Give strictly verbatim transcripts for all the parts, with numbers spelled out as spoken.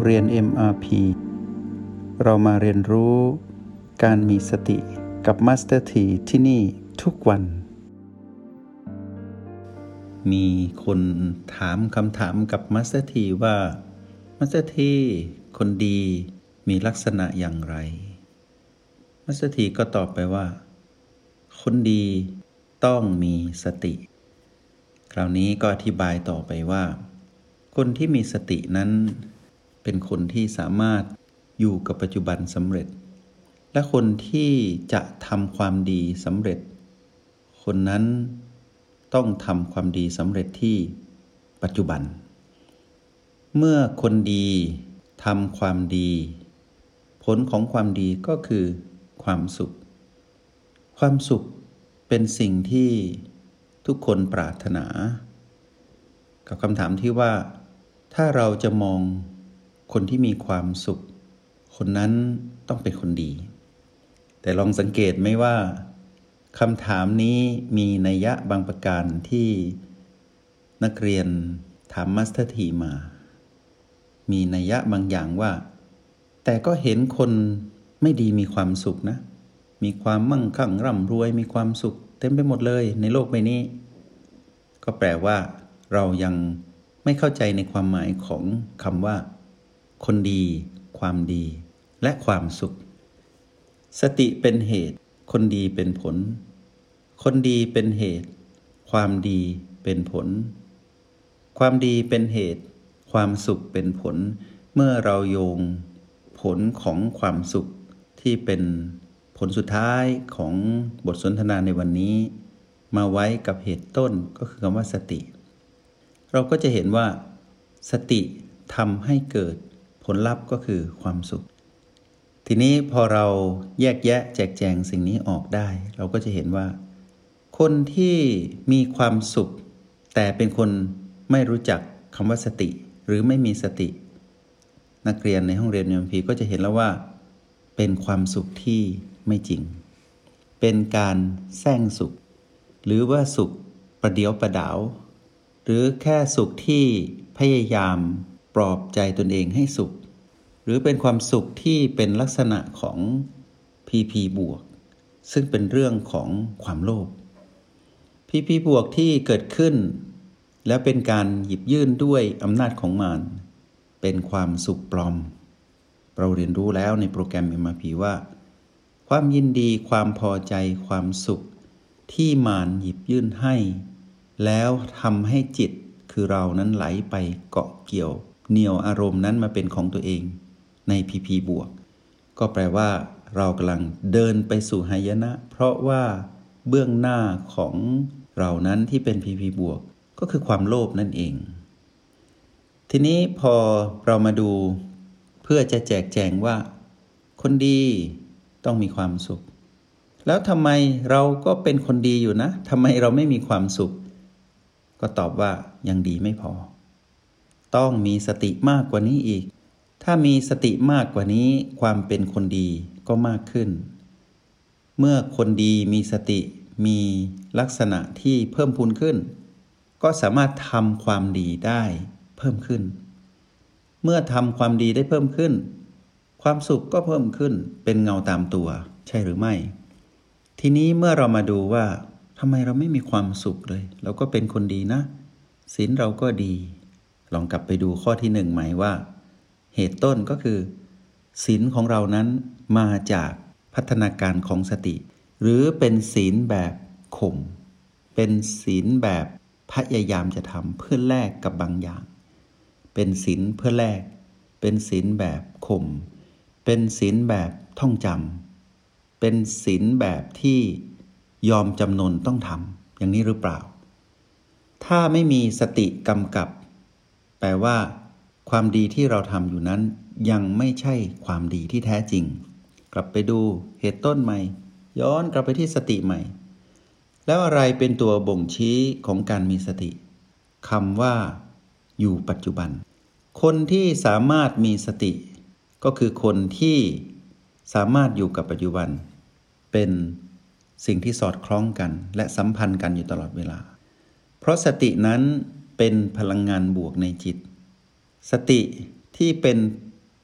เรียน เอ็ม อาร์ พี เรามาเรียนรู้การมีสติกับ Master T ที่นี่ทุกวันมีคนถามคำถามกับ Master T ว่า Master T คนดีมีลักษณะอย่างไร Master T ก็ตอบไปว่าคนดีต้องมีสติคราวนี้ก็อธิบายต่อไปว่าคนที่มีสตินั้นเป็นคนที่สามารถอยู่กับปัจจุบันสำเร็จและคนที่จะทำความดีสำเร็จคนนั้นต้องทำความดีสำเร็จที่ปัจจุบันเมื่อคนดีทำความดีผลของความดีก็คือความสุขความสุขเป็นสิ่งที่ทุกคนปรารถนากับคำถามที่ว่าถ้าเราจะมองคนที่มีความสุขคนนั้นต้องเป็นคนดีแต่ลองสังเกตไหมว่าคำถามนี้มีนัยยะบางประการที่นักเรียนถามมาสเตอร์ทีมามีนัยยะบางอย่างว่าแต่ก็เห็นคนไม่ดีมีความสุขนะมีความมั่งคั่งร่ำรวยมีความสุขเต็มไปหมดเลยในโลกใบนี้ก็แปลว่าเรายังไม่เข้าใจในความหมายของคำว่าคนดีความดีและความสุขสติเป็นเหตุคนดีเป็นผลคนดีเป็นเหตุความดีเป็นผลความดีเป็นเหตุความสุขเป็นผลเมื่อเราโยงผลของความสุขที่เป็นผลสุดท้ายของบทสนทนาในวันนี้มาไว้กับเหตุต้นก็คือคำว่าสติเราก็จะเห็นว่าสติทำให้เกิดผลลัพธ์ก็คือความสุขทีนี้พอเราแยกแยะแจกแจงสิ่งนี้ออกได้เราก็จะเห็นว่าคนที่มีความสุขแต่เป็นคนไม่รู้จักคำว่าสติหรือไม่มีสตินักเรียนในห้องเรียน เอ็ม พี ก็จะเห็นแล้วว่าเป็นความสุขที่ไม่จริงเป็นการแซงสุขหรือว่าสุขประเดียวประดาวหรือแค่สุขที่พยายามปลอบใจตนเองให้สุขหรือเป็นความสุขที่เป็นลักษณะของ พี พี บวกซึ่งเป็นเรื่องของความโลภ พี พี บวกที่เกิดขึ้นแล้วเป็นการหยิบยื่นด้วยอำนาจของมารเป็นความสุขปลอมเราเรียนรู้แล้วในโปรแกรม เอ็ม อาร์ พี ว่าความยินดีความพอใจความสุขที่มารหยิบยื่นให้แล้วทำให้จิตคือเรานั้นไหลไปเกาะเกี่ยวเหนี่ยวอารมณ์นั้นมาเป็นของตัวเองใน พี พี บวกก็แปลว่าเรากำลังเดินไปสู่หายนะเพราะว่าเบื้องหน้าของเรานั้นที่เป็น พี พี บวกก็คือความโลภนั่นเองทีนี้พอเรามาดูเพื่อจะแจกแจงว่าคนดีต้องมีความสุขแล้วทำไมเราก็เป็นคนดีอยู่นะทำไมเราไม่มีความสุขก็ตอบว่ายังดีไม่พอต้องมีสติมากกว่านี้อีกถ้ามีสติมากกว่านี้ความเป็นคนดีก็มากขึ้นเมื่อคนดีมีสติมีลักษณะที่เพิ่มพูนขึ้นก็สามารถทำความดีได้เพิ่มขึ้นเมื่อทำความดีได้เพิ่มขึ้นความสุขก็เพิ่มขึ้นเป็นเงาตามตัวใช่หรือไม่ทีนี้เมื่อเรามาดูว่าทำไมเราไม่มีความสุขเลยเราก็เป็นคนดีนะศีลเราก็ดีลองกลับไปดูข้อที่หนึ่งใหม่ว่าเหตุต้นก็คือศีลของเรานั้นมาจากพัฒนาการของสติหรือเป็นศีลแบบข่มเป็นศีลแบบพยายามจะทำเพื่อแลกกับบางอย่างเป็นศีลเพื่อแลกเป็นศีลแบบข่มเป็นศีลแบบท่องจำเป็นศีลแบบที่ยอมจำนนต้องทำอย่างนี้หรือเปล่าถ้าไม่มีสติกำกับแปลว่าความดีที่เราทำอยู่นั้นยังไม่ใช่ความดีที่แท้จริงกลับไปดูเหตุต้นใหม่ย้อนกลับไปที่สติใหม่แล้วอะไรเป็นตัวบ่งชี้ของการมีสติคำว่าอยู่ปัจจุบันคนที่สามารถมีสติก็คือคนที่สามารถอยู่กับปัจจุบันเป็นสิ่งที่สอดคล้องกันและสัมพันธ์กันอยู่ตลอดเวลาเพราะสตินั้นเป็นพลังงานบวกในจิตสติที่เป็น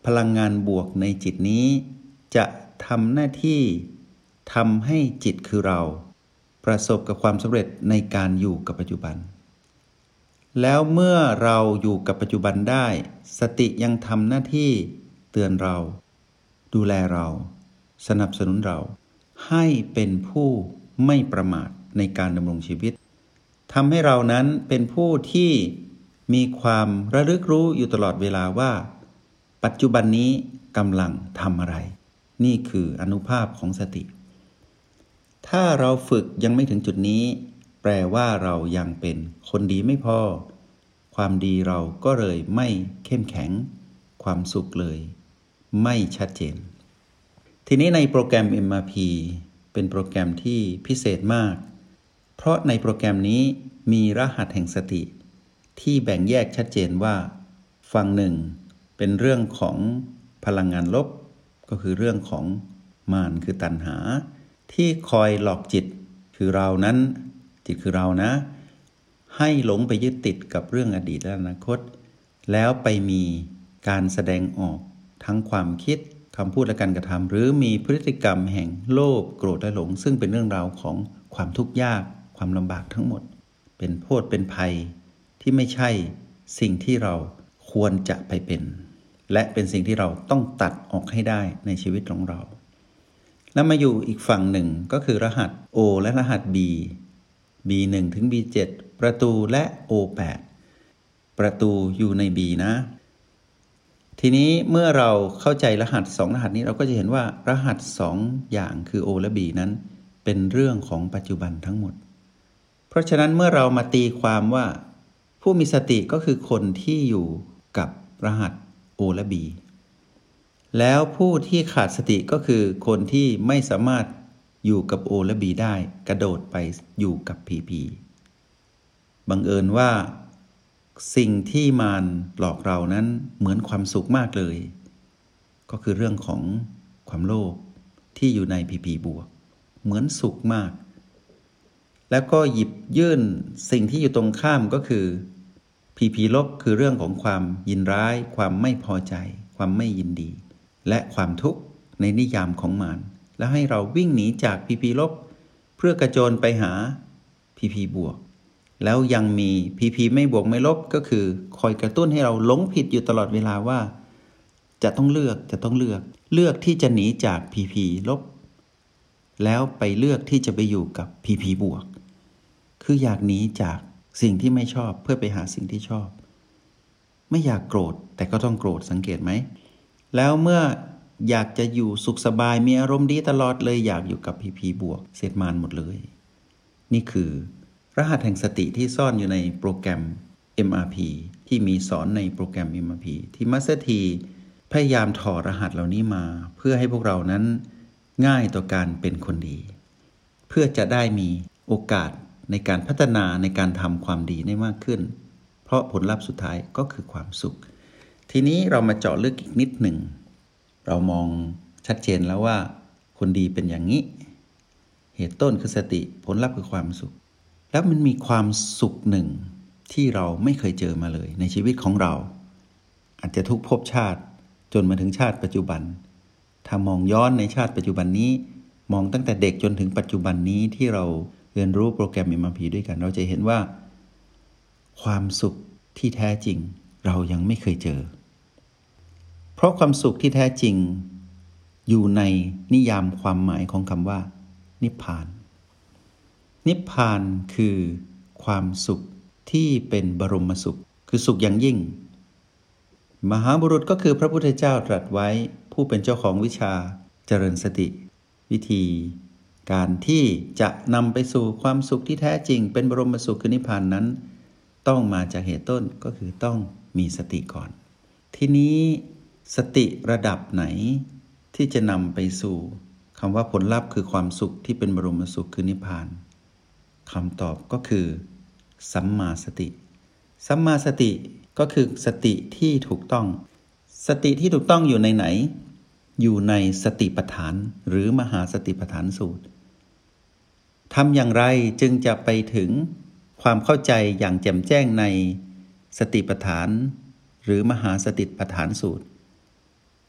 ลังงานบวกในจิตนี้จะทำหน้าที่ทำให้จิตคือเราประสบกับความสำเร็จในการอยู่กับปัจจุบันแล้วเมื่อเราอยู่กับปัจจุบันได้สติยังทำหน้าที่เตือนเราดูแลเราสนับสนุนเราให้เป็นผู้ไม่ประมาทในการดำรงชีวิตทำให้เรานั้นเป็นผู้ที่มีความระลึกรู้อยู่ตลอดเวลาว่าปัจจุบันนี้กำลังทำอะไรนี่คืออานุภาพของสติถ้าเราฝึกยังไม่ถึงจุดนี้แปลว่าเรายังเป็นคนดีไม่พอความดีเราก็เลยไม่เข้มแข็งความสุขเลยไม่ชัดเจนทีนี้ในโปรแกรม เอ็ม อาร์ พี เป็นโปรแกรมที่พิเศษมากเพราะในโปรแกรมนี้มีรหัสแห่งสติที่แบ่งแยกชัดเจนว่าฝั่งหนึ่งเป็นเรื่องของพลังงานลบก็คือเรื่องของมารคือตัณหาที่คอยหลอกจิตคือเรานั้นจิตคือเรานะให้หลงไปยึดติดกับเรื่องอดีตและอนาคตแล้วไปมีการแสดงออกทั้งความคิดคำพูดและการกระทำหรือมีพฤติกรรมแห่งโลภโกรธและหลงซึ่งเป็นเรื่องราวของความทุกข์ยากความลำบากทั้งหมดเป็นโทษเป็นภัยที่ไม่ใช่สิ่งที่เราควรจะไปเป็นและเป็นสิ่งที่เราต้องตัดออกให้ได้ในชีวิตของเราแล้วมาอยู่อีกฝั่งหนึ่งก็คือรหัส O และรหัส B บี หนึ่ง ถึง บี เจ็ด ประตูและ โอ แปด ประตูอยู่ใน B นะทีนี้เมื่อเราเข้าใจรหัสสองรหัสนี้เราก็จะเห็นว่ารหัสสองอย่างคือ O และ B นั้นเป็นเรื่องของปัจจุบันทั้งหมดเพราะฉะนั้นเมื่อเรามาตีความว่าผู้มีสติก็คือคนที่อยู่กับรหัส O และ B แล้วผู้ที่ขาดสติก็คือคนที่ไม่สามารถอยู่กับ O และ B ได้กระโดดไปอยู่กับ พี พี บังเอิญว่าสิ่งที่มารหลอกเรานั้นเหมือนความสุขมากเลยก็คือเรื่องของความโลภที่อยู่ใน พี พี บวกเหมือนสุขมากแล้วก็หยิบยื่นสิ่งที่อยู่ตรงข้ามก็คือ พี พี ลบคือเรื่องของความยินร้ายความไม่พอใจความไม่ยินดีและความทุกข์ในนิยามของมารแล้วให้เราวิ่งหนีจาก พี พี ลบเพื่อกระโจนไปหา พี พี บวกแล้วยังมี พี พี ไม่บวกไม่ลบก็คือคอยกระตุ้นให้เราหลงผิดอยู่ตลอดเวลาว่าจะต้องเลือกจะต้องเลือกเลือกที่จะหนีจาก พี พี ลบแล้วไปเลือกที่จะไปอยู่กับ พี พี บวกคืออยากหนีจากสิ่งที่ไม่ชอบเพื่อไปหาสิ่งที่ชอบไม่อยากโกรธแต่ก็ต้องโกรธสังเกตไหมแล้วเมื่ออยากจะอยู่สุขสบายมีอารมณ์ดีตลอดเลยอยากอยู่กับ พี พี บวกเสร็จมารหมดเลยนี่คือรหัสแห่งสติที่ซ่อนอยู่ในโปรแกรม เอ็ม อาร์ พี ที่มีสอนในโปรแกรม เอ็ม อาร์ พี ที่มัสเตอร์ทีพยายามถอดรหัสเหล่านี้มาเพื่อให้พวกเรานั้นง่ายต่อการเป็นคนดีเพื่อจะได้มีโอกาสในการพัฒนาในการทำความดีได้มากขึ้นเพราะผลลัพธ์สุดท้ายก็คือความสุขทีนี้เรามาเจาะลึกอีกนิดหนึ่งเรามองชัดเจนแล้วว่าคนดีเป็นอย่างนี้เหตุต้นคือสติผลลัพธ์คือความสุขแล้วมันมีความสุขหนึ่งที่เราไม่เคยเจอมาเลยในชีวิตของเราอาจจะทุกภพชาติจนมาถึงชาติปัจจุบันถ้ามองย้อนในชาติปัจจุบันนี้มองตั้งแต่เด็กจนถึงปัจจุบันนี้ที่เราเรียนรู้โปรแกรม เอ็ม อาร์ พี ด้วยกันเราจะเห็นว่าความสุขที่แท้จริงเรายังไม่เคยเจอเพราะความสุขที่แท้จริงอยู่ในนิยามความหมายของคำว่านิพพานนิพพานคือความสุขที่เป็นบรมสุขคือสุขอย่างยิ่งมหาบุรุษก็คือพระพุทธเจ้าตรัสไว้ผู้เป็นเจ้าของวิชาเจริญสติวิธีการที่จะนำไปสู่ความสุขที่แท้จริงเป็นบรมสุขคือนิพพานนั้นต้องมาจากเหตุต้นก็คือต้องมีสติก่อนทีนี้สติระดับไหนที่จะนำไปสู่คำว่าผลลัพธ์คือความสุขที่เป็นบรมสุขคือนิพพานคำตอบก็คือสัมมาสติสัมมาสติก็คือสติที่ถูกต้องสติที่ถูกต้องอยู่ในไหนอยู่ในสติปัฏฐานหรือมหาสติปัฏฐานสูตรทำอย่างไรจึงจะไปถึงความเข้าใจอย่างแจ่มแจ้งในสติปัฏฐานหรือมหาสติปัฏฐานสูตร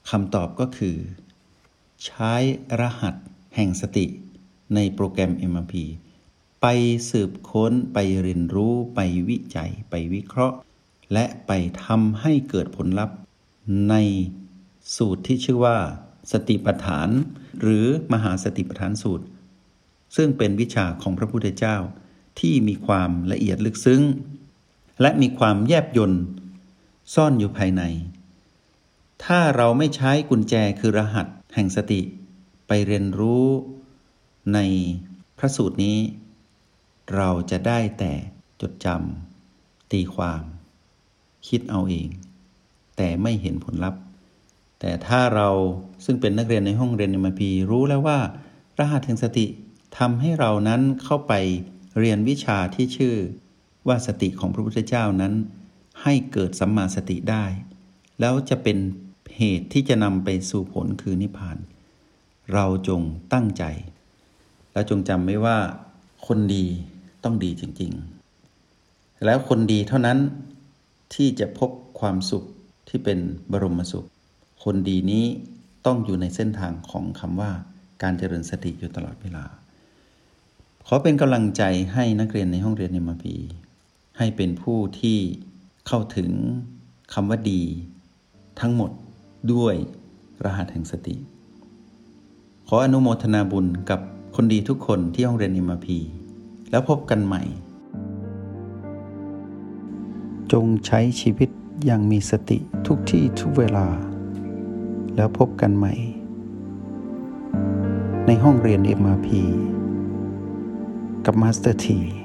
คำตอบก็คือใช้รหัสแห่งสติในโปรแกรม เอ็ม อาร์ พี ไปสืบค้นไปเรียนรู้ไปวิจัยไปวิเคราะห์และไปทำให้เกิดผลลัพธ์ในสูตรที่ชื่อว่าสติปัฏฐานหรือมหาสติปัฏฐานสูตรซึ่งเป็นวิชาของพระพุทธเจ้าที่มีความละเอียดลึกซึ้งและมีความแยบยลซ่อนอยู่ภายในถ้าเราไม่ใช้กุญแจคือรหัสแห่งสติไปเรียนรู้ในพระสูตรนี้เราจะได้แต่จดจำตีความคิดเอาเองแต่ไม่เห็นผลลัพธ์แต่ถ้าเราซึ่งเป็นนักเรียนในห้องเรียน เอ็ม อาร์ พี รู้แล้วว่ารหัสแห่งสติทำให้เรานั้นเข้าไปเรียนวิชาที่ชื่อว่าสติของพระพุทธเจ้านั้นให้เกิดสัมมาสติได้แล้วจะเป็นเหตุที่จะนำไปสู่ผลคือนิพพานเราจงตั้งใจและจงจำไว้ว่าคนดีต้องดีจริงๆแล้วคนดีเท่านั้นที่จะพบความสุขที่เป็นบรมสุขคนดีนี้ต้องอยู่ในเส้นทางของคำว่าการเจริญสติอยู่ตลอดเวลาขอเป็นกำลังใจให้นักเรียนในห้องเรียน เอ็ม อาร์ พี ให้เป็นผู้ที่เข้าถึงคำว่าดีทั้งหมดด้วยรหัสแห่งสติขออนุโมทนาบุญกับคนดีทุกคนที่ห้องเรียน เอ็ม อาร์ พี แล้วพบกันใหม่จงใช้ชีวิตอย่างมีสติทุกที่ทุกเวลาแล้วพบกันใหม่ในห้องเรียน เอ็ม อาร์ พี กับมาสเตอร์ที